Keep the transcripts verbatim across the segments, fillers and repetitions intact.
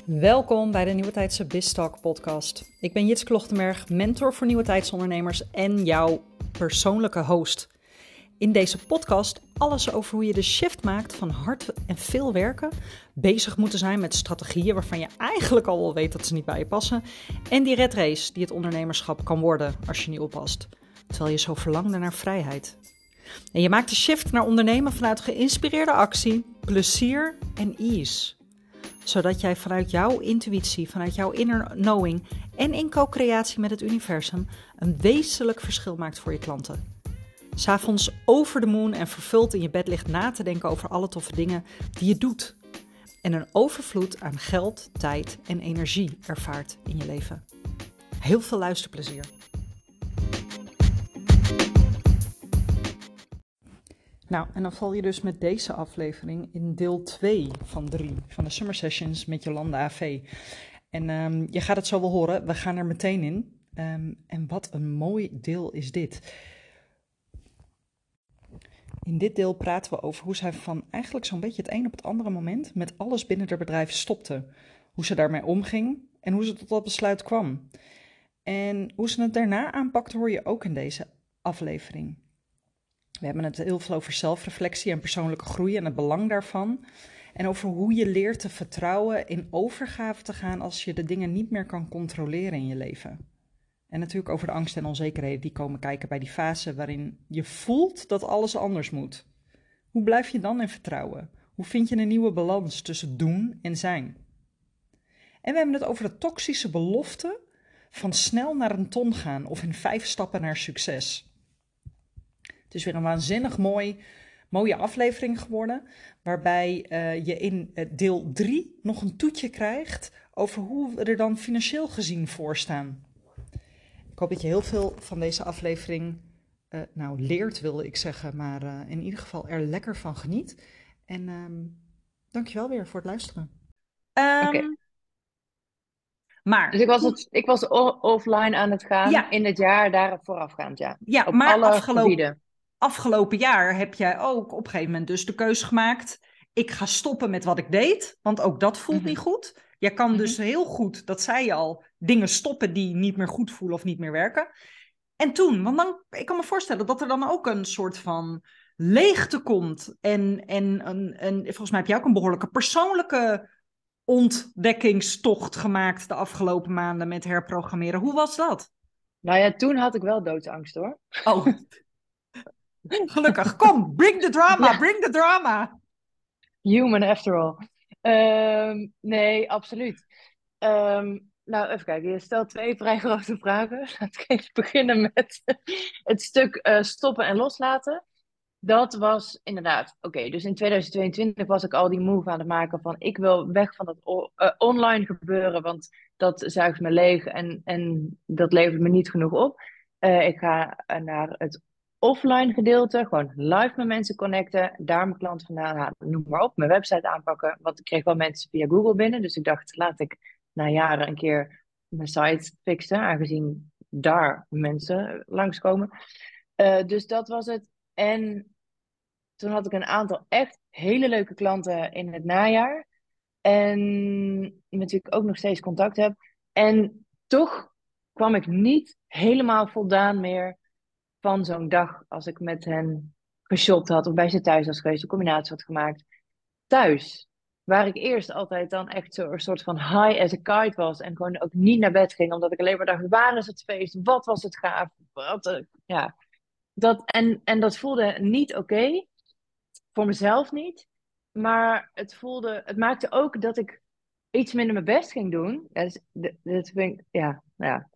Welkom bij de Nieuwe Tijdse BizTalk podcast. Ik ben Jitske Lochtenberg, mentor voor nieuwe tijdsondernemers en jouw persoonlijke host. In deze podcast alles over hoe je de shift maakt van hard en veel werken, bezig moeten zijn met strategieën waarvan je eigenlijk al wel weet dat ze niet bij je passen, en die red race die het ondernemerschap kan worden als je niet oppast, terwijl je zo verlangde naar vrijheid. En je maakt de shift naar ondernemen vanuit geïnspireerde actie, plezier en ease. Zodat jij vanuit jouw intuïtie, vanuit jouw inner knowing en in co-creatie met het universum een wezenlijk verschil maakt voor je klanten. 'S Avonds over de moon en vervuld in je bed ligt na te denken over alle toffe dingen die je doet. En een overvloed aan geld, tijd en energie ervaart in je leven. Heel veel luisterplezier. Nou, en dan val je dus met deze aflevering in deel twee van drie van de Summer Sessions met Jolanda A V. En um, je gaat het zo wel horen, we gaan er meteen in. Um, en wat een mooi deel is dit. In dit deel praten we over hoe zij van eigenlijk zo'n beetje het een op het andere moment met alles binnen haar bedrijf stopte. Hoe ze daarmee omging en hoe ze tot dat besluit kwam. En hoe ze het daarna aanpakte hoor je ook in deze aflevering. We hebben het heel veel over zelfreflectie en persoonlijke groei en het belang daarvan. En over hoe je leert te vertrouwen, in overgave te gaan als je de dingen niet meer kan controleren in je leven. En natuurlijk over de angst en onzekerheden die komen kijken bij die fase waarin je voelt dat alles anders moet. Hoe blijf je dan in vertrouwen? Hoe vind je een nieuwe balans tussen doen en zijn? En we hebben het over de toxische belofte van snel naar een ton gaan of in vijf stappen naar succes. Het is weer een waanzinnig mooi, mooie aflevering geworden, waarbij uh, je in uh, deel drie nog een toetje krijgt over hoe we er dan financieel gezien voor staan. Ik hoop dat je heel veel van deze aflevering uh, nou leert, wilde ik zeggen, maar uh, in ieder geval er lekker van geniet. En um, dankjewel weer voor het luisteren. Um, Oké. Maar, Dus ik was, het, ik was o- offline aan het gaan ja, in het jaar daar voorafgaand, ja. ja, Op maar alle afgelopen, gebieden. afgelopen jaar heb jij ook op een gegeven moment dus de keuze gemaakt. Ik ga stoppen met wat ik deed, want ook dat voelt Mhm. niet goed. Jij kan Mhm. dus heel goed, dat zei je al, dingen stoppen die niet meer goed voelen of niet meer werken. En toen, want dan, ik kan me voorstellen dat er dan ook een soort van leegte komt. En, en een, een, volgens mij heb je ook een behoorlijke persoonlijke ontdekkingstocht gemaakt de afgelopen maanden met herprogrammeren. Hoe was dat? Nou ja, toen had ik wel doodsangst hoor. Oh, gelukkig. Kom, bring the drama, Ja, bring the drama. human after all. Ehm, nee, absoluut. Ehm, nou, even kijken. Je stelt twee vrij grote vragen. Laat ik even beginnen met het stuk eh, stoppen en loslaten. Dat was inderdaad, oké, dus in tweeduizend tweeëntwintig was ik al die move aan het maken van ik wil weg van dat o- eh, online gebeuren, want dat zuigt me leeg en, en dat levert me niet genoeg op. Eh, ik ga eh, naar het offline gedeelte, gewoon live met mensen connecten, daar mijn klant vandaan halen, noem maar op, mijn website aanpakken, want ik kreeg wel mensen via Google binnen, dus ik dacht laat ik na jaren een keer mijn site fixen, aangezien daar mensen langskomen. Eh, dus dat was het. En toen had ik een aantal echt hele leuke klanten in het najaar. En met wie ik ook nog steeds contact heb. En toch kwam ik niet helemaal voldaan meer van zo'n dag als ik met hen geshopt had of bij ze thuis was geweest, een combinatie had gemaakt. Thuis, waar ik eerst altijd dan echt zo een soort van high as a kite was en gewoon ook niet naar bed ging, omdat ik alleen maar dacht, waar is het feest? Wat was het gaaf? Wat, eh, ja, dat, en, en dat voelde niet oké. Voor mezelf niet. Maar het voelde, het maakte ook dat ik iets minder mijn best ging doen. Ja, dus, d- dat vind ik, ja, nou ja.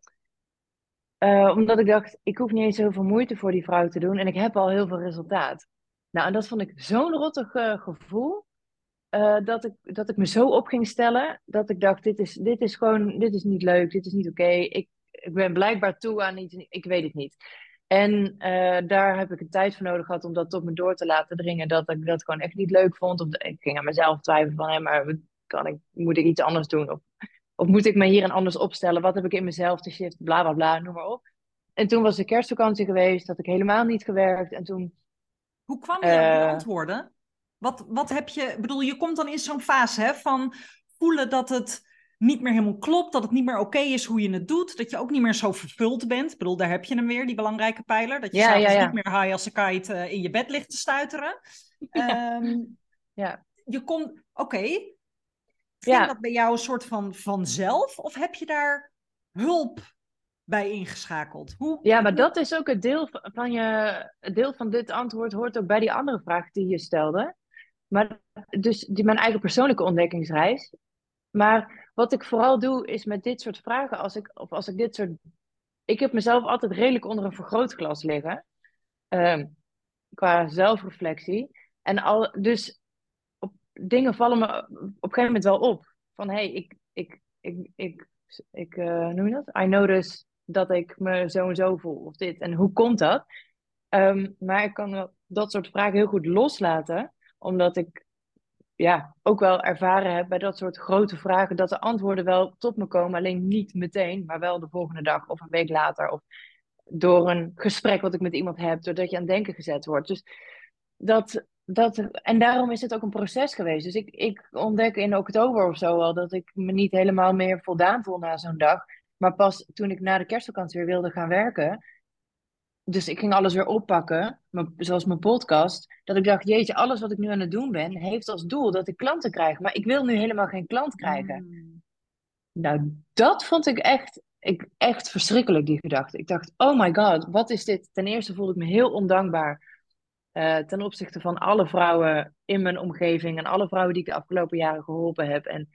Eh, omdat ik dacht, ik hoef niet eens zoveel moeite voor die vrouw te doen. En ik heb al heel veel resultaat. Nou, en dat vond ik zo'n rottig eh, gevoel. eh, dat ik, dat ik me zo op ging stellen. Dat ik dacht, dit is, dit is gewoon, dit is niet leuk. Dit is niet oké. Ik, ik ben blijkbaar toe aan iets. Ik weet het niet. En eh, daar heb ik een tijd voor nodig gehad om dat tot me door te laten dringen. Dat ik dat gewoon echt niet leuk vond. Of de- ik ging aan mezelf twijfelen van, hé, maar wat kan ik, moet ik iets anders doen? Of, of moet ik me hierin anders opstellen? Wat heb ik in mezelf te shift? Bla, bla, bla, noem maar op. En toen was de kerstvakantie geweest. Had ik helemaal niet gewerkt. En toen... Hoe kwam je aan die eh, antwoorden? Wat, wat heb je, ik bedoel, je komt dan in zo'n fase hè, van voelen dat het niet meer helemaal klopt, dat het niet meer oké is hoe je het doet, dat je ook niet meer zo vervuld bent. Ik bedoel, daar heb je hem weer, die belangrijke pijler, dat je Ja, ja, s'avonds niet ja. meer high als een kite uh, in je bed ligt te stuiteren. Ja, Um, ja. je kon, oké, okay. Ging Ja, dat bij jou een soort van vanzelf, of heb je daar hulp bij ingeschakeld? Hoe, ja, maar hoe... dat is ook het deel van van je, het deel van dit antwoord hoort ook bij die andere vraag die je stelde. Maar dus die, mijn eigen persoonlijke ontdekkingsreis. Maar wat ik vooral doe is met dit soort vragen, als ik, of als ik dit soort. Ik heb mezelf altijd redelijk onder een vergrootglas liggen. ehm, Qua zelfreflectie. En al, dus op, dingen vallen me op een gegeven moment wel op. Van hé, hey, ik, ik, ik, ik, ik eh, noem je dat? I notice dat ik me zo en zo voel. Of dit. En hoe komt dat? Ehm, maar ik kan wel dat soort vragen heel goed loslaten. Omdat ik ja, ook wel ervaren heb bij dat soort grote vragen. Dat de antwoorden wel tot me komen. Alleen niet meteen. Maar wel de volgende dag of een week later. Of door een gesprek wat ik met iemand heb, doordat je aan het denken gezet wordt. Dus dat, dat, en daarom is het ook een proces geweest. Dus ik, ik ontdek in oktober of zo al dat ik me niet helemaal meer voldaan voel na zo'n dag. Maar pas toen ik na de kerstvakantie weer wilde gaan werken, dus ik ging alles weer oppakken, mijn- zoals mijn podcast, dat ik dacht, jeetje, alles wat ik nu aan het doen ben, heeft als doel dat ik klanten krijg. Maar ik wil nu helemaal geen klant krijgen. Mm. Nou, dat vond ik echt, ik, echt verschrikkelijk, die gedachte. Ik dacht, oh my god, wat is dit? Ten eerste voelde ik me heel ondankbaar eh, ten opzichte van alle vrouwen in mijn omgeving en alle vrouwen die ik de afgelopen jaren geholpen heb. En,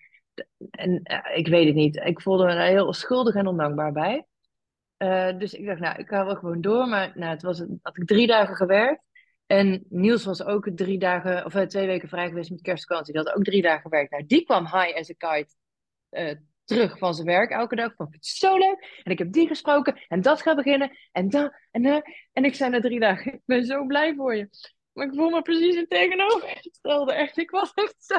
en eh, ik weet het niet, ik voelde me er heel schuldig en ondankbaar bij. Eh, dus ik dacht, nou, ik ga wel gewoon door. Maar nou, het was, had ik drie dagen gewerkt. En Niels was ook drie dagen, of eh, twee weken vrij geweest met kerstvakantie. Die had ook drie dagen gewerkt. Nou, die kwam high as a kite eh, terug van zijn werk elke dag. Vond ik het zo leuk. En ik heb die gesproken. En dat gaat beginnen. En dat. En, uh, en ik zei na drie dagen, ik ben zo blij voor je. Maar ik voel me precies het tegenovergestelde. Echt, ik was echt zo.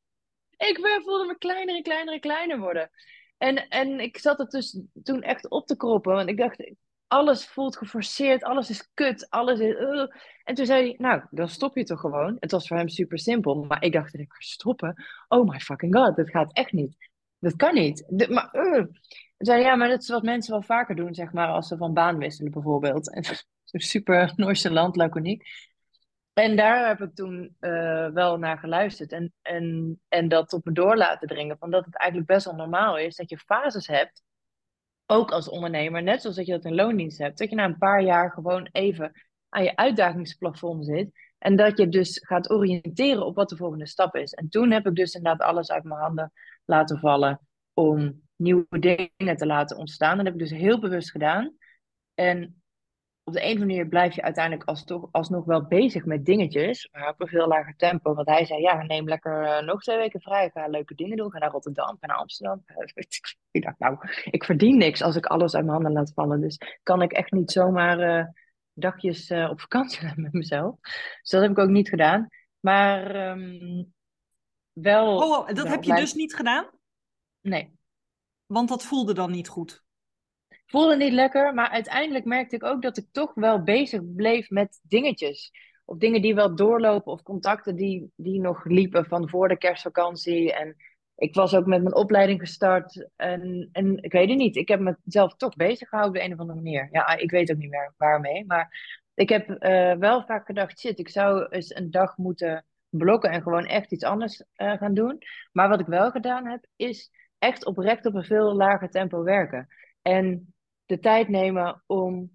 Ik voelde me kleiner en kleiner en kleiner worden. En, en ik zat het dus toen echt op te kroppen. Want ik dacht, alles voelt geforceerd. Alles is kut. Alles is... uh. En toen zei hij, nou, dan stop je toch gewoon. Het was voor hem super simpel. Maar ik dacht, ik ga stoppen. Oh my fucking god, dat gaat echt niet. Dat kan niet. De, maar, uh. Toen zei hij, ja, maar dat is wat mensen wel vaker doen, zeg maar, als ze van baan wisselen bijvoorbeeld. En super nonchalant, laconiek. En daar heb ik toen eh, wel naar geluisterd en, en, en dat op me door laten dringen. Van dat het eigenlijk best wel normaal is dat je fases hebt, ook als ondernemer, net zoals dat je dat in loondienst hebt. Dat je na een paar jaar gewoon even aan je uitdagingsplafond zit. En dat je dus gaat oriënteren op wat de volgende stap is. En toen heb ik dus inderdaad alles uit mijn handen laten vallen om nieuwe dingen te laten ontstaan. Dat heb ik dus heel bewust gedaan. En op de een of andere manier blijf je uiteindelijk als toch, alsnog wel bezig met dingetjes, maar op een veel lager tempo. Want hij zei, ja, neem lekker uh, nog twee weken vrij, ga leuke dingen doen, ga naar Rotterdam, ga naar Amsterdam. Ik dacht, nou, ik verdien niks als ik alles uit mijn handen laat vallen. Dus kan ik echt niet zomaar uh, dagjes uh, op vakantie gaan met mezelf. Dus dat heb ik ook niet gedaan. Maar um, wel, Oh, oh, dat wel heb je blij. dus niet gedaan? Nee. Want dat voelde dan niet goed. Voelde niet lekker, maar uiteindelijk merkte ik ook dat ik toch wel bezig bleef met dingetjes. Of dingen die wel doorlopen, of contacten die, die nog liepen van voor de kerstvakantie. En ik was ook met mijn opleiding gestart. En, en ik weet het niet, ik heb mezelf toch bezig gehouden op de een of andere manier. Ja, ik weet ook niet meer waarmee. Maar ik heb uh, wel vaak gedacht, shit, ik zou eens een dag moeten blokken en gewoon echt iets anders uh, gaan doen. Maar wat ik wel gedaan heb, is echt oprecht op een veel lager tempo werken. En de tijd nemen om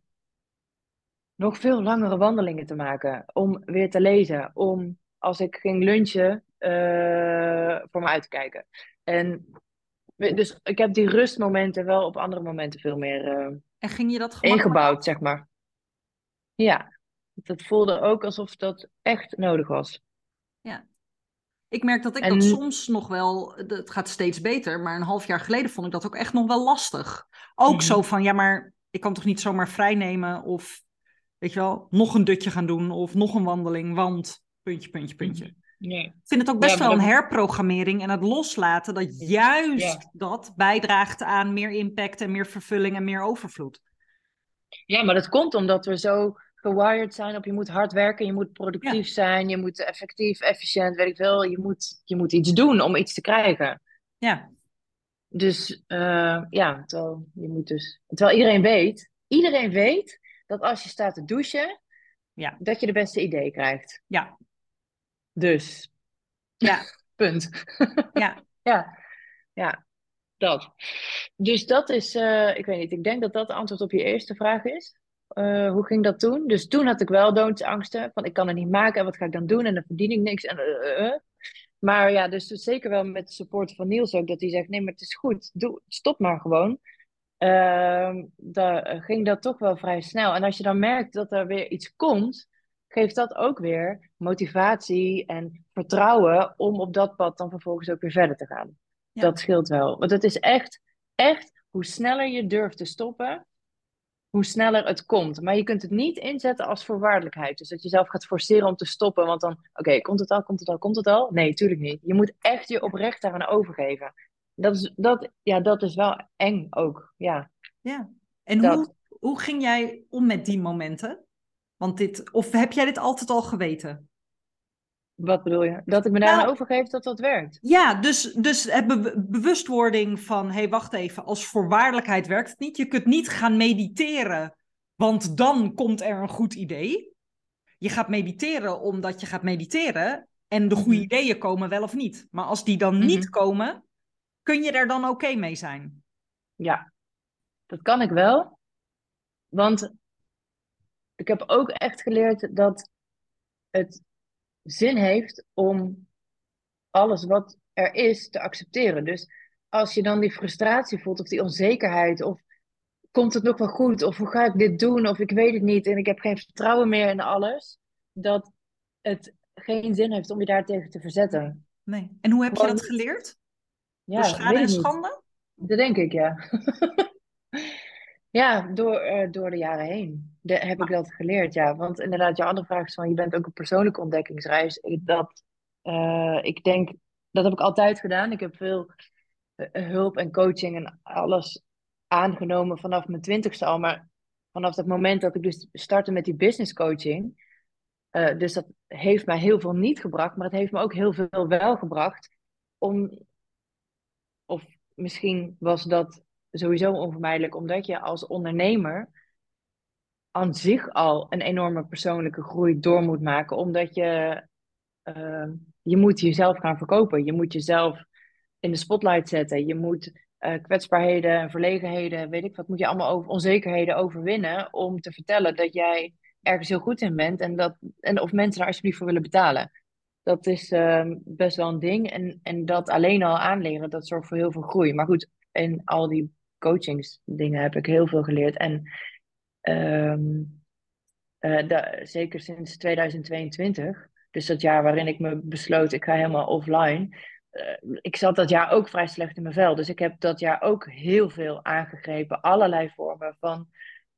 nog veel langere wandelingen te maken. Om weer te lezen. Om als ik ging lunchen uh, voor me uit te kijken. En dus ik heb die rustmomenten wel op andere momenten veel meer uh, En ging je dat gemakkelijk ingebouwd, af? zeg maar. Ja, dat voelde ook alsof dat echt nodig was. Ja. Ik merk dat ik dat En soms nog wel, het gaat steeds beter, maar een half jaar geleden vond ik dat ook echt nog wel lastig. Ook zo mm-hmm. van, ja, maar ik kan toch niet zomaar vrijnemen of, weet je wel, nog een dutje gaan doen of nog een wandeling, want puntje, puntje, puntje. Mm-hmm. Nee. Ik vind het ook Ja, best maar wel een dat... herprogrammering en het loslaten dat Ja. juist dat bijdraagt aan meer impact en meer vervulling en meer overvloed. Ja, maar dat komt omdat we zo gewired zijn op je moet hard werken, je moet productief Ja, zijn, je moet effectief, efficiënt, weet ik veel. Je moet, je moet iets doen om iets te krijgen. ja. Dus uh, ja, terwijl, je moet dus, terwijl iedereen weet, iedereen weet dat als je staat te douchen, Ja, dat je de beste idee krijgt. ja, Dus, ja, punt. ja, Ja, ja, dat. Dus dat is, uh, ik weet niet, ik denk dat dat de antwoord op je eerste vraag is. Uh, hoe ging dat toen? Dus toen had ik wel doodsangsten, van ik kan het niet maken en wat ga ik dan doen en dan verdien ik niks. En, uh, uh, uh. Maar ja, dus zeker wel met de support van Niels ook, dat hij zegt, nee, maar het is goed, doe, stop maar gewoon. Uh, dan ging dat toch wel vrij snel. En als je dan merkt dat er weer iets komt, geeft dat ook weer motivatie en vertrouwen om op dat pad dan vervolgens ook weer verder te gaan. ja, Dat scheelt wel. Want het is echt, echt, hoe sneller je durft te stoppen, hoe sneller het komt. Maar je kunt het niet inzetten als voorwaardelijkheid. Dus dat je zelf gaat forceren om te stoppen, want dan, oké, okay, komt het al, komt het al, komt het al? Nee, tuurlijk niet. Je moet echt je oprecht daaraan overgeven. Dat is, dat, ja, dat is wel eng ook, ja. ja. En hoe, Dat. hoe ging jij om met die momenten? Want dit, of heb jij dit altijd al geweten? Wat bedoel je? Dat ik me daaraan Nou, overgeef dat dat werkt. ja, dus, dus het be- bewustwording van, hé, hey, wacht even, als voorwaardelijkheid werkt het niet. Je kunt niet gaan mediteren, want dan komt er een goed idee. Je gaat mediteren omdat je gaat mediteren en de goede Mhm. ideeën komen wel of niet. Maar als die dan niet Mhm. komen, kun je er dan oké okay mee zijn? Ja, dat kan ik wel. Want ik heb ook echt geleerd dat het zin heeft om alles wat er is te accepteren. Dus als je dan die frustratie voelt of die onzekerheid of komt het nog wel goed of hoe ga ik dit doen of ik weet het niet en ik heb geen vertrouwen meer in alles, dat het geen zin heeft om je daartegen te Nee, verzetten. nee. En hoe heb je Gewoon dat niet. geleerd? Door Ja, schade weet en ik niet. schande? Dat denk ik, ja. Ja, door, eh, door de jaren heen de, heb ik Maar, dat geleerd, ja. Want inderdaad, je andere vraag is van, je bent ook een persoonlijke ontdekkingsreis. Ik- Dat, eh, ik denk, dat heb ik altijd gedaan. Ik heb veel eh, hulp en coaching en alles aangenomen vanaf mijn twintigste al. Maar vanaf het moment dat ik dus startte met die business coaching, eh, dus dat heeft mij heel veel niet gebracht, maar het heeft me ook heel veel wel gebracht. Om, of misschien was dat sowieso onvermijdelijk, omdat je als ondernemer aan zich al een enorme persoonlijke groei door moet maken, omdat je, uh, je moet jezelf gaan verkopen. Je moet jezelf in de spotlight zetten. Je moet uh, kwetsbaarheden en verlegenheden, weet ik wat, moet je allemaal over onzekerheden overwinnen om te vertellen dat jij ergens heel goed in bent en, dat, en of mensen daar alsjeblieft voor willen betalen. Dat is uh, best wel een ding. En, en dat alleen al aanleren, dat zorgt voor heel veel groei. Maar goed, in al die coachingsdingen heb ik heel veel geleerd. En um, uh, da, zeker sinds tweeduizend tweeëntwintig, dus dat jaar waarin ik me besloot, ik ga helemaal offline. Uh, ik zat dat jaar ook vrij slecht in mijn vel. Dus ik heb dat jaar ook heel veel aangegrepen. Allerlei vormen van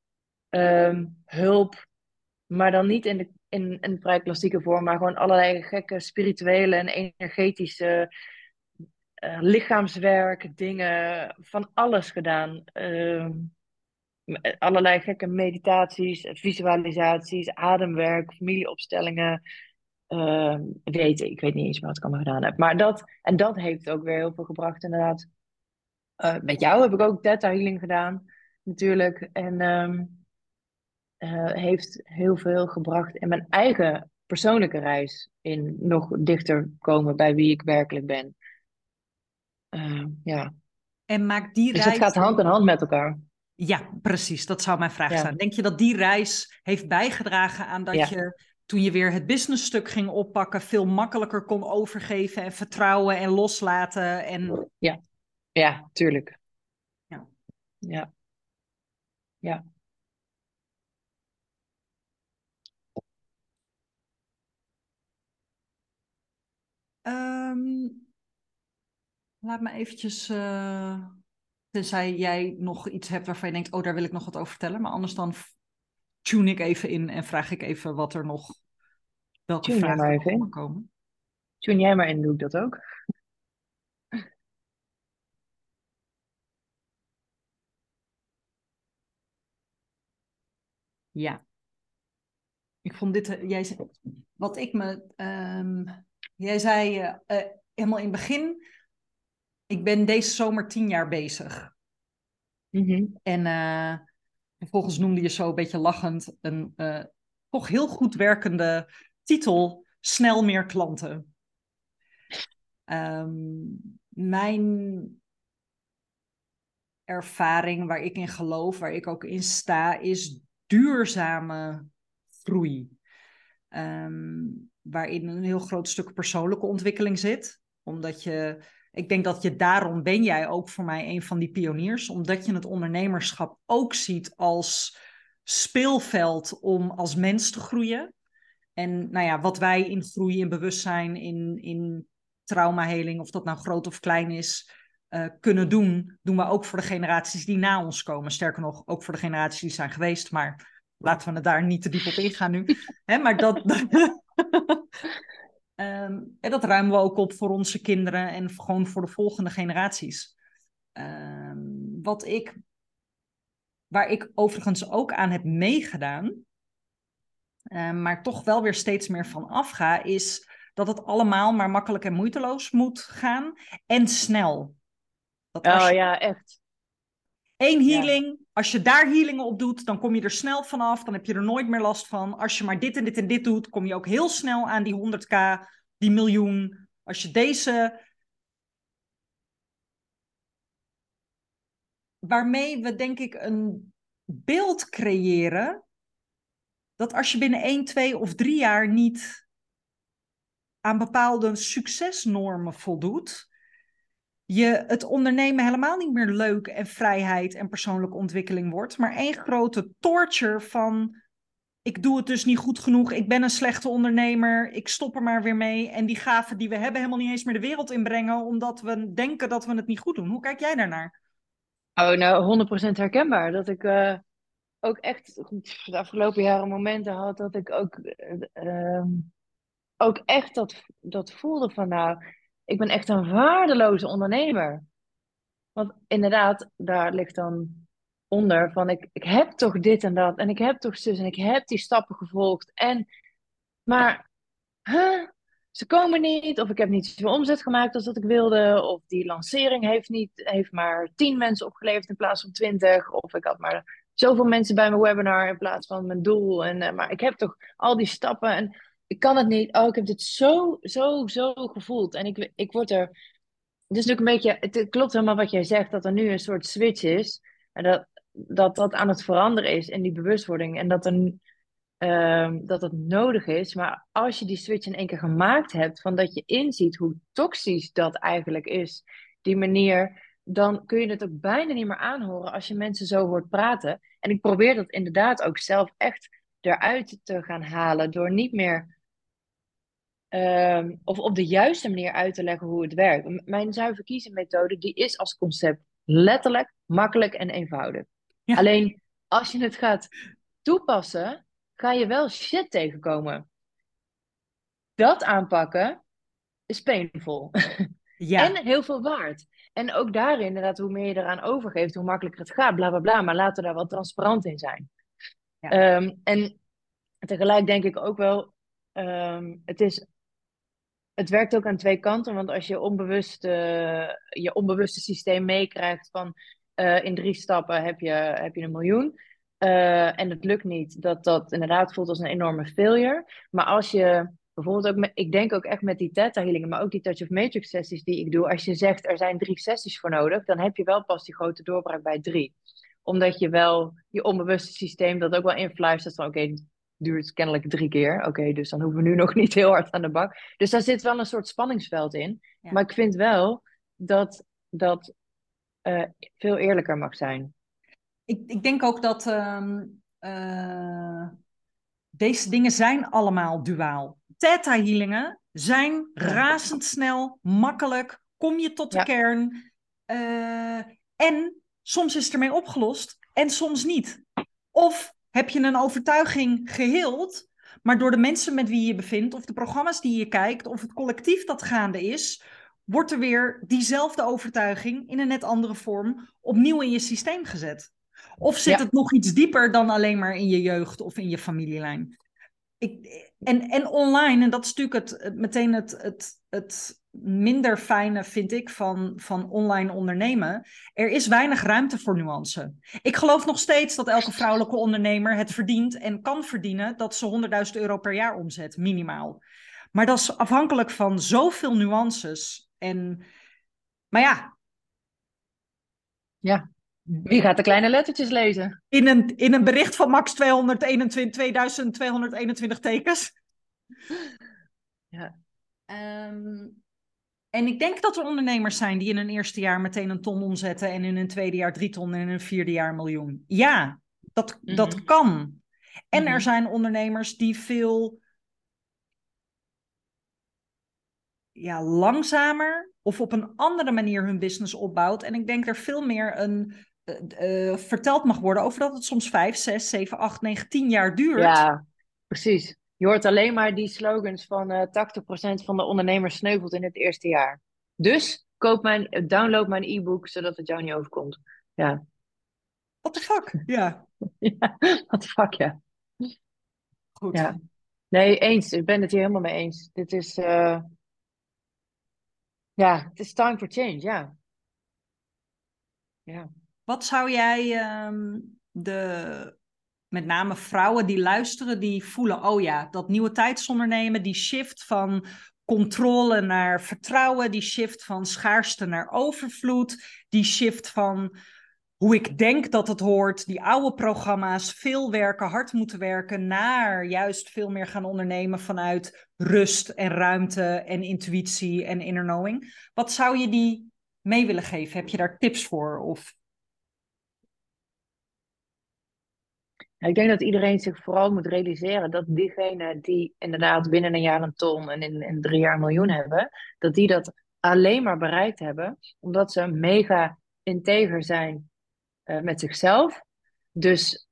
um, hulp. Maar dan niet in, de, in een vrij klassieke vorm. Maar gewoon allerlei gekke spirituele en energetische uh, lichaamswerk, dingen. Van alles gedaan. Um, allerlei gekke meditaties, visualisaties, ademwerk, familieopstellingen. Uh, weten, ik weet niet eens wat ik allemaal gedaan heb. Maar dat, en dat heeft ook weer heel veel gebracht, inderdaad. Uh, met jou heb ik ook Theta Healing gedaan, natuurlijk. En um, uh, heeft heel veel gebracht in mijn eigen persoonlijke reis. In nog dichter komen bij wie ik werkelijk ben. Uh, ja. en maakt die Dus het reis... gaat hand in hand met elkaar. Ja, precies. Dat zou mijn vraag Ja, zijn. Denk je dat die reis heeft bijgedragen aan dat ja, je, toen je weer het businessstuk ging oppakken, veel makkelijker kon overgeven en vertrouwen en loslaten? En... ja, ja, tuurlijk. Ja. Ja, ja. Um, laat me eventjes, uh, tenzij jij nog iets hebt waarvan je denkt, oh, daar wil ik nog wat over vertellen. Maar anders dan tune ik even in en vraag ik even wat er nog, welke Tune jij vragen maar er even nog onder in. komen. Tune jij maar in, doe ik dat ook. Ja, ik vond dit, uh, jij, zei- wat ik me, um, jij zei uh, uh, helemaal in het begin, Ik ben deze zomer tien jaar bezig. Mhm. En uh, vervolgens noemde je zo een beetje lachend een uh, toch heel goed werkende titel, Snel meer klanten. Um, mijn ervaring, waar ik in geloof, waar ik ook in sta, is duurzame groei. Um, waarin een heel groot stuk persoonlijke ontwikkeling zit. Omdat je, ik denk dat je daarom ben jij ook voor mij een van die pioniers. Omdat je het ondernemerschap ook ziet als speelveld om als mens te groeien. En nou ja, wat wij in groei, in bewustzijn, in, in traumaheling, of dat nou groot of klein is, uh, kunnen doen, doen we ook voor de generaties die na ons komen. Sterker nog, ook voor de generaties die zijn geweest. Maar laten we het daar niet te diep op ingaan nu. Hè, maar dat, um, en dat ruimen we ook op voor onze kinderen en gewoon voor de volgende generaties. Um, wat ik, waar ik overigens ook aan heb meegedaan, uh, maar toch wel weer steeds meer van afga, is dat het allemaal maar makkelijk en moeiteloos moet gaan en snel. Dat als Oh je ja, echt. één Ja. healing, als je daar healingen op doet, dan kom je er snel vanaf, dan heb je er nooit meer last van. Als je maar dit en dit en dit doet, kom je ook heel snel aan die honderd k, die miljoen. Als je deze, waarmee we denk ik een beeld creëren, dat als je binnen één, twee of drie jaar niet aan bepaalde succesnormen voldoet, je het ondernemen helemaal niet meer leuk en vrijheid en persoonlijke ontwikkeling wordt, maar één grote torture van ik doe het dus niet goed genoeg, ik ben een slechte ondernemer, ik stop er maar weer mee en die gaven die we hebben helemaal niet eens meer de wereld inbrengen omdat we denken dat we het niet goed doen. Hoe kijk jij daarnaar? Oh, nou, honderd procent herkenbaar. Dat ik uh, ook echt de afgelopen jaren momenten had dat ik ook, uh, ook echt dat, dat voelde van nou, ik ben echt een waardeloze ondernemer. Want inderdaad, daar ligt dan onder van ik, ik heb toch dit en dat en ik heb toch zus en ik heb die stappen gevolgd. En, maar huh, ze komen niet of ik heb niet zoveel omzet gemaakt als dat ik wilde. Of die lancering heeft, niet, heeft maar tien mensen opgeleverd in plaats van twintig. Of ik had maar zoveel mensen bij mijn webinar in plaats van mijn doel. En, uh, maar ik heb toch al die stappen en ik kan het niet. Oh, ik heb dit zo, zo, zo gevoeld. En ik, ik word er het is natuurlijk een beetje, het klopt helemaal wat jij zegt, dat er nu een soort switch is. En dat dat, dat aan het veranderen is in die bewustwording. En dat, er, um, dat het nodig is. Maar als je die switch in één keer gemaakt hebt, van dat je inziet hoe toxisch dat eigenlijk is, die manier, dan kun je het ook bijna niet meer aanhoren als je mensen zo hoort praten. En ik probeer dat inderdaad ook zelf echt eruit te gaan halen, door niet meer Um, of op de juiste manier uit te leggen hoe het werkt. M- Mijn zuiver kiezen methode, die is als concept letterlijk, makkelijk en eenvoudig. Ja, Alleen als je het gaat toepassen, ga je wel shit tegenkomen. Dat aanpakken is painful. ja, En heel veel waard. En ook daarin, inderdaad, hoe meer je eraan overgeeft, hoe makkelijker het gaat, bla bla bla. Maar laten we daar wel transparant in zijn. ja, Um, en tegelijk denk ik ook wel, um, het is het werkt ook aan twee kanten, want als je onbewust, uh, je onbewuste systeem meekrijgt van uh, in drie stappen heb je, heb je een miljoen uh, en het lukt niet, dat dat inderdaad voelt als een enorme failure. Maar als je bijvoorbeeld ook, met, ik denk ook echt met die theta healingen, maar ook die touch of matrix sessies die ik doe, als je zegt er zijn drie sessies voor nodig, dan heb je wel pas die grote doorbraak bij drie. Omdat je wel je onbewuste systeem dat ook wel influistert van oké, okay, duurt kennelijk drie keer. Oké, okay, dus dan hoeven we nu nog niet heel hard aan de bak. Dus daar zit wel een soort spanningsveld in. ja. Maar ik vind wel dat dat uh, veel eerlijker mag zijn. Ik, ik denk ook dat um, uh, deze dingen zijn allemaal duaal. Theta healingen zijn Ja, razendsnel, makkelijk, kom je tot de ja, kern. Uh, en soms is het ermee opgelost en soms niet. Of heb je een overtuiging geheeld, maar door de mensen met wie je je bevindt, of de programma's die je kijkt, of het collectief dat gaande is, wordt er weer diezelfde overtuiging in een net andere vorm opnieuw in je systeem gezet. Of zit ja. het nog iets dieper dan alleen maar in je jeugd of in je familielijn? Ik, en, en online, en dat is natuurlijk het, het, meteen het, het, het minder fijne, vind ik, van, van online ondernemen. Er is weinig ruimte voor nuance. Ik geloof nog steeds dat elke vrouwelijke ondernemer het verdient en kan verdienen dat ze honderdduizend euro per jaar omzet, minimaal. Maar dat is afhankelijk van zoveel nuances. En, maar ja, Ja. Wie gaat de kleine lettertjes lezen? in een, in een bericht van max tweehonderdeenentwintig, tweeduizend tweehonderdeenentwintig tekens. Ja. Um, en ik denk dat er ondernemers zijn die in hun eerste jaar meteen een ton omzetten en in hun tweede jaar drie ton en in hun vierde jaar een miljoen. Ja, dat, dat Mm-hmm. kan. En Mm-hmm. er zijn ondernemers die veel ja, langzamer of op een andere manier hun business opbouwt. En ik denk er veel meer een uh, uh, verteld mag worden over dat het soms vijf, zes, zeven, acht, negen, tien jaar duurt. Ja, precies. Je hoort alleen maar die slogans van uh, tachtig procent van de ondernemers sneuvelt in het eerste jaar. Dus koop mijn, download mijn e-book zodat het jou niet overkomt. Ja. What the fuck? Ja. Ja, what the fuck, ja. Goed. Ja. Nee, eens. Ik ben het hier helemaal mee eens. Dit is, uh... ja, het is time for change, ja. Ja. Wat zou jij um, de, met name vrouwen die luisteren, die voelen, oh ja, dat nieuwe tijdsondernemen, die shift van controle naar vertrouwen, die shift van schaarste naar overvloed, die shift van hoe ik denk dat het hoort, die oude programma's, veel werken, hard moeten werken, naar juist veel meer gaan ondernemen vanuit rust en ruimte en intuïtie en inner knowing. Wat zou je die mee willen geven? Heb je daar tips voor? Of... Ik denk dat iedereen zich vooral moet realiseren dat diegenen die inderdaad binnen een jaar een ton en in, in drie jaar een miljoen hebben, dat die dat alleen maar bereikt hebben omdat ze mega integer zijn uh, met zichzelf. Dus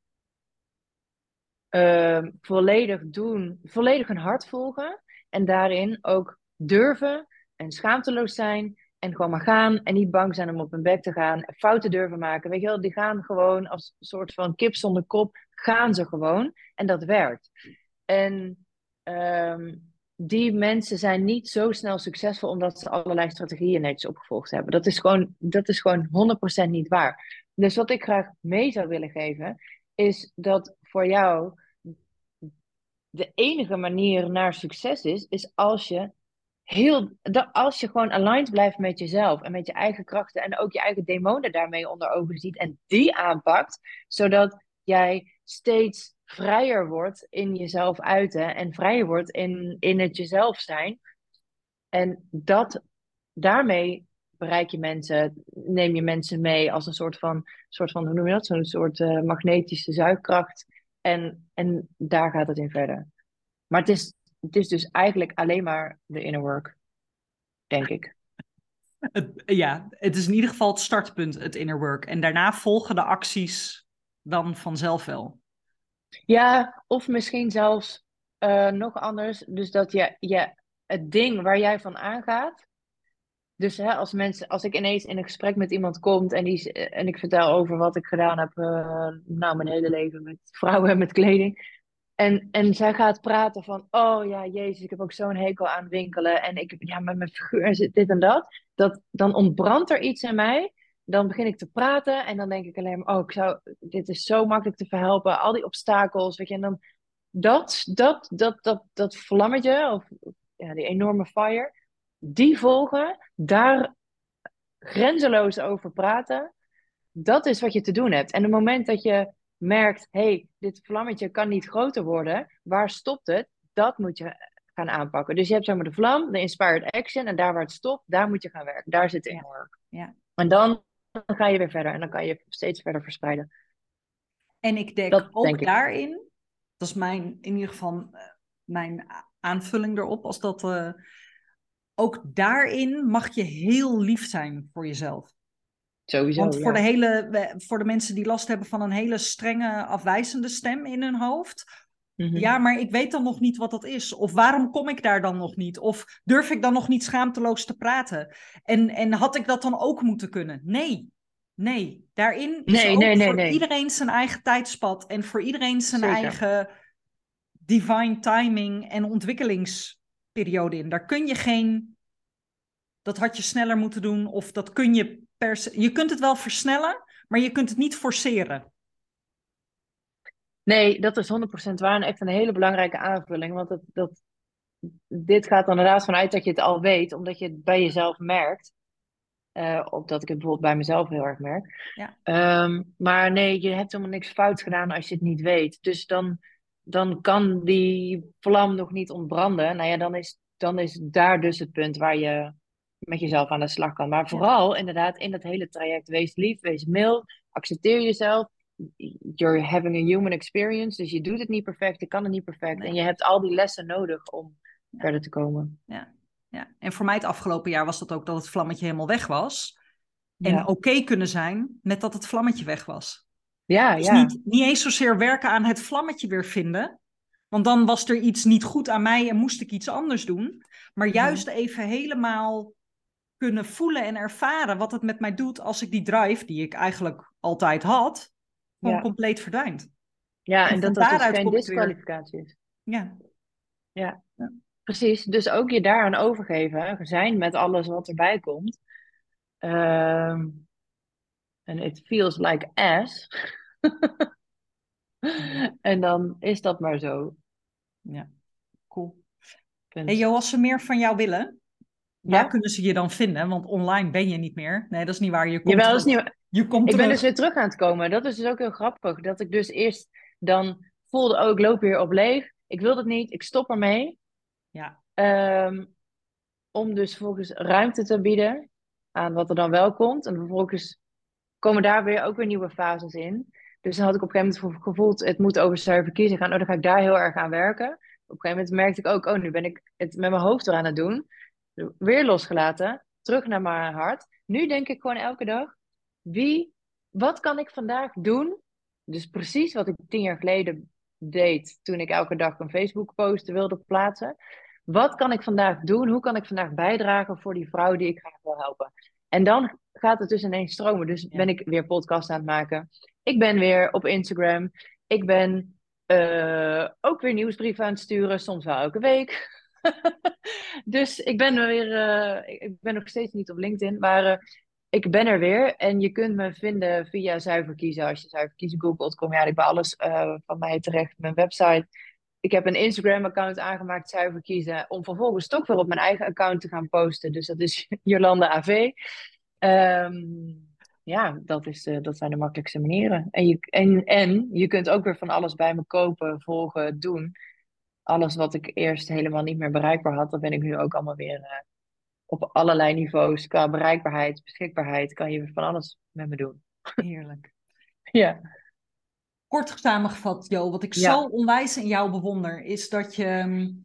uh, volledig doen, volledig hun hart volgen en daarin ook durven en schaamteloos zijn en gewoon maar gaan en niet bang zijn om op hun bek te gaan, fouten durven maken. Weet je wel, die gaan gewoon als een soort van kip zonder kop, gaan ze gewoon en dat werkt. En um, die mensen zijn niet zo snel succesvol omdat ze allerlei strategieën netjes opgevolgd hebben. Dat is gewoon, dat is gewoon honderd procent niet waar. Dus wat ik graag mee zou willen geven, is dat voor jou de enige manier naar succes is, is als je heel, als je gewoon aligned blijft met jezelf en met je eigen krachten en ook je eigen demonen daarmee onder ogen ziet en die aanpakt, zodat jij steeds vrijer wordt in jezelf uiten en vrijer wordt in, in het jezelf zijn. En dat, daarmee bereik je mensen, neem je mensen mee als een soort van, soort van hoe noem je dat, zo'n soort uh, magnetische zuigkracht. En, en daar gaat het in verder. Maar het is, het is dus eigenlijk alleen maar de inner work, denk ik. Het, ja, het is in ieder geval het startpunt, het inner work. En daarna volgen de acties dan vanzelf wel. Ja, of misschien zelfs uh, nog anders. Dus dat je, je het ding waar jij van aangaat. Dus hè, als, mensen, als ik ineens in een gesprek met iemand kom en, die, en ik vertel over wat ik gedaan heb, uh, nou mijn hele leven met vrouwen en met kleding. En, en zij gaat praten van, oh ja, jezus, ik heb ook zo'n hekel aan winkelen. En ik heb, ja, met mijn figuur zit dit en dat. dat. Dan ontbrandt er iets in mij. Dan begin ik te praten en dan denk ik alleen maar, oh, ik zou, dit is zo makkelijk te verhelpen. Al die obstakels, weet je. En dan dat, dat, dat, dat, dat vlammetje, of ja, die enorme fire, die volgen, daar grenzeloos over praten. Dat is wat je te doen hebt. En op het moment dat je merkt, hey, dit vlammetje kan niet groter worden, waar stopt het? Dat moet je gaan aanpakken. Dus je hebt zeg maar de vlam, de inspired action, en daar waar het stopt, daar moet je gaan werken. Daar zit in work. Ja. En dan, dan ga je weer verder en dan kan je steeds verder verspreiden. En ik denk dat ook denk ik. daarin, dat is mijn, in ieder geval uh, mijn aanvulling erop, als dat, uh, ook daarin mag je heel lief zijn voor jezelf. Sowieso, Want voor, ja. de hele, voor de mensen die last hebben van een hele strenge, afwijzende stem in hun hoofd. Mm-hmm. Ja, maar ik weet dan nog niet wat dat is. Of waarom kom ik daar dan nog niet? Of durf ik dan nog niet schaamteloos te praten? En, en had ik dat dan ook moeten kunnen? Nee, nee. Daarin is nee, ook nee, nee, voor nee. iedereen zijn eigen tijdspad. En voor iedereen zijn Zeker. eigen divine timing en ontwikkelingsperiode in. Daar kun je geen, dat had je sneller moeten doen of dat kun je per se, je kunt het wel versnellen, maar je kunt het niet forceren. Nee, dat is honderd procent waar en echt een hele belangrijke aanvulling. Want dat, dat, dit gaat er inderdaad vanuit dat je het al weet, omdat je het bij jezelf merkt. Uh, of dat ik het bijvoorbeeld bij mezelf heel erg merk. Ja. Um, maar nee, je hebt helemaal niks fout gedaan als je het niet weet. Dus dan, dan kan die vlam nog niet ontbranden. Nou ja, dan is, dan is daar dus het punt waar je met jezelf aan de slag kan. Maar vooral ja. inderdaad in dat hele traject, wees lief, wees mild, accepteer jezelf. You're having a human experience, dus je doet het niet perfect, je kan het niet perfect. Nee. En je hebt al die lessen nodig om ja. verder te komen. Ja. Ja. En voor mij het afgelopen jaar was dat ook dat het vlammetje helemaal weg was. En Ja. oké okay kunnen zijn met dat het vlammetje weg was. Ja, dus ja. niet, niet eens zozeer werken aan het vlammetje weer vinden. Want dan was er iets niet goed aan mij en moest ik iets anders doen. Maar juist mm-hmm. even helemaal kunnen voelen en ervaren wat het met mij doet als ik die drive, die ik eigenlijk altijd had, gewoon ja. compleet verdwijnt. Ja, en, en dat dat dus geen disqualificatie is. Ja. ja. Ja, precies. Dus ook je daaraan overgeven, zijn met alles wat erbij komt. Um, en it feels like ass. En dan is dat maar zo. Ja, cool. Punt. Hey Jo, als ze meer van jou willen, waar ja? kunnen ze je dan vinden? Want online ben je niet meer. Nee, dat is niet waar. Je komt Jawel, terug. Dat is niet... je komt ik terug. ben dus weer terug aan het komen. Dat is dus ook heel grappig. Dat ik dus eerst dan voelde, oh, ik loop weer op leeg. Ik wil dat niet. Ik stop ermee. Ja. Um, om dus vervolgens ruimte te bieden aan wat er dan wel komt. En vervolgens komen daar weer ook weer nieuwe fases in. Dus dan had ik op een gegeven moment gevoeld, het moet over zuiver kiezen gaan. Oh, dan ga ik daar heel erg aan werken. Op een gegeven moment merkte ik ook, oh, nu ben ik het met mijn hoofd eraan het doen. Weer losgelaten, terug naar mijn hart. Nu denk ik gewoon elke dag, wie, wat kan ik vandaag doen? Dus precies wat ik tien jaar geleden deed, toen ik elke dag een Facebook post wilde plaatsen. Wat kan ik vandaag doen? Hoe kan ik vandaag bijdragen voor die vrouw die ik graag wil helpen? En dan gaat het dus ineens stromen. Dus ja. ben ik weer podcast aan het maken. Ik ben weer op Instagram. Ik ben uh, ook weer nieuwsbrieven aan het sturen. Soms wel elke week. Dus ik ben weer... Uh, ik ben nog steeds niet op LinkedIn. Maar uh, ik ben er weer. En je kunt me vinden via Zuiver Kiezen. Als je Zuiver Kiezen googelt, kom je eigenlijk bij alles uh, van mij terecht. Mijn website. Ik heb een Instagram-account aangemaakt, Zuiver Kiezen. Om vervolgens toch weer op mijn eigen account te gaan posten. Dus dat is Jolanda A V. Um, ja, dat, is, uh, dat zijn de makkelijkste manieren. En je, en, en je kunt ook weer van alles bij me kopen, volgen, doen. Alles wat ik eerst helemaal niet meer bereikbaar had, dat ben ik nu ook allemaal weer uh, op allerlei niveaus. Qua bereikbaarheid, beschikbaarheid, kan je van alles met me doen. Heerlijk. Ja. Kort samengevat, Jo, wat ik ja. zo onwijs in jou bewonder, is dat je um,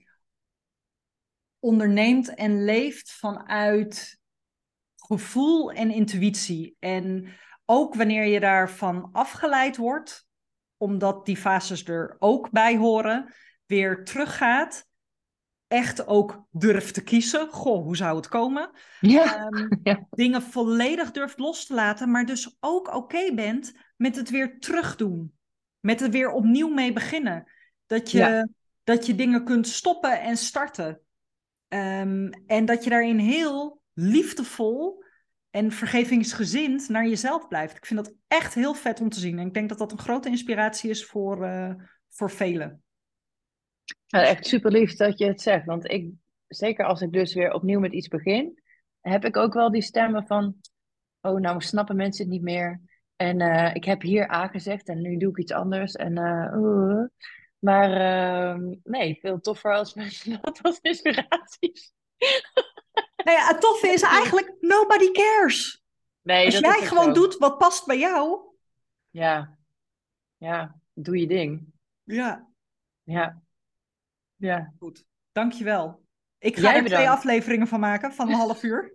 onderneemt en leeft vanuit gevoel en intuïtie. En ook wanneer je daarvan afgeleid wordt, omdat die fases er ook bij horen, weer teruggaat, echt ook durft te kiezen. Goh, hoe zou het komen? Ja. Um, ja. Dingen volledig durft los te laten, maar dus ook oké okay bent met het weer terugdoen. Met het weer opnieuw mee beginnen. Dat je, ja. dat je dingen kunt stoppen en starten. Um, en dat je daarin heel liefdevol en vergevingsgezind naar jezelf blijft. Ik vind dat echt heel vet om te zien. En ik denk dat dat een grote inspiratie is voor, uh, voor velen. Ja, echt super lief dat je het zegt. Want ik, zeker als ik dus weer opnieuw met iets begin, heb ik ook wel die stemmen van, oh, nou snappen mensen het niet meer. En uh, ik heb hier A gezegd en nu doe ik iets anders. En, uh, uh. Maar uh, nee, veel toffer als mensen dat als inspiraties. Nou ja, het toffe is eigenlijk, nobody cares. Nee, als jij gewoon zo. doet wat past bij jou. Ja, ja, doe je ding. Ja. Ja. Ja. Goed, dankjewel. Ik ga jij er bedankt. twee afleveringen van maken, van een half uur.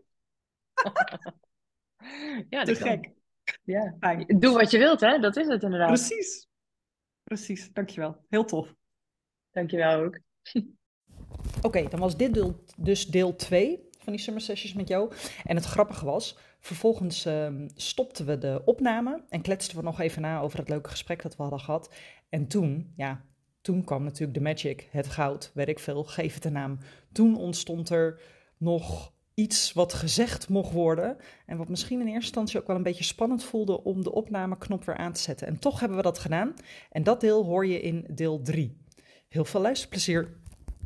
Ja, te dat gek. Kan. Ja. Fijn. Doe wat je wilt, hè? Dat is het inderdaad. Precies. Precies, dankjewel. Heel tof. Dankjewel ook. Oké, okay, dan was dit deel, dus deel twee van die summer sessions met jou. En het grappige was, vervolgens um, stopten we de opname en kletsten we nog even na over het leuke gesprek dat we hadden gehad. En toen, ja, Toen kwam natuurlijk de magic, het goud, weet ik veel, geef het een naam. Toen ontstond er nog iets wat gezegd mocht worden en wat misschien in eerste instantie ook wel een beetje spannend voelde om de opnameknop weer aan te zetten. En toch hebben we dat gedaan en dat deel hoor je in deel drie. Heel veel luisterplezier!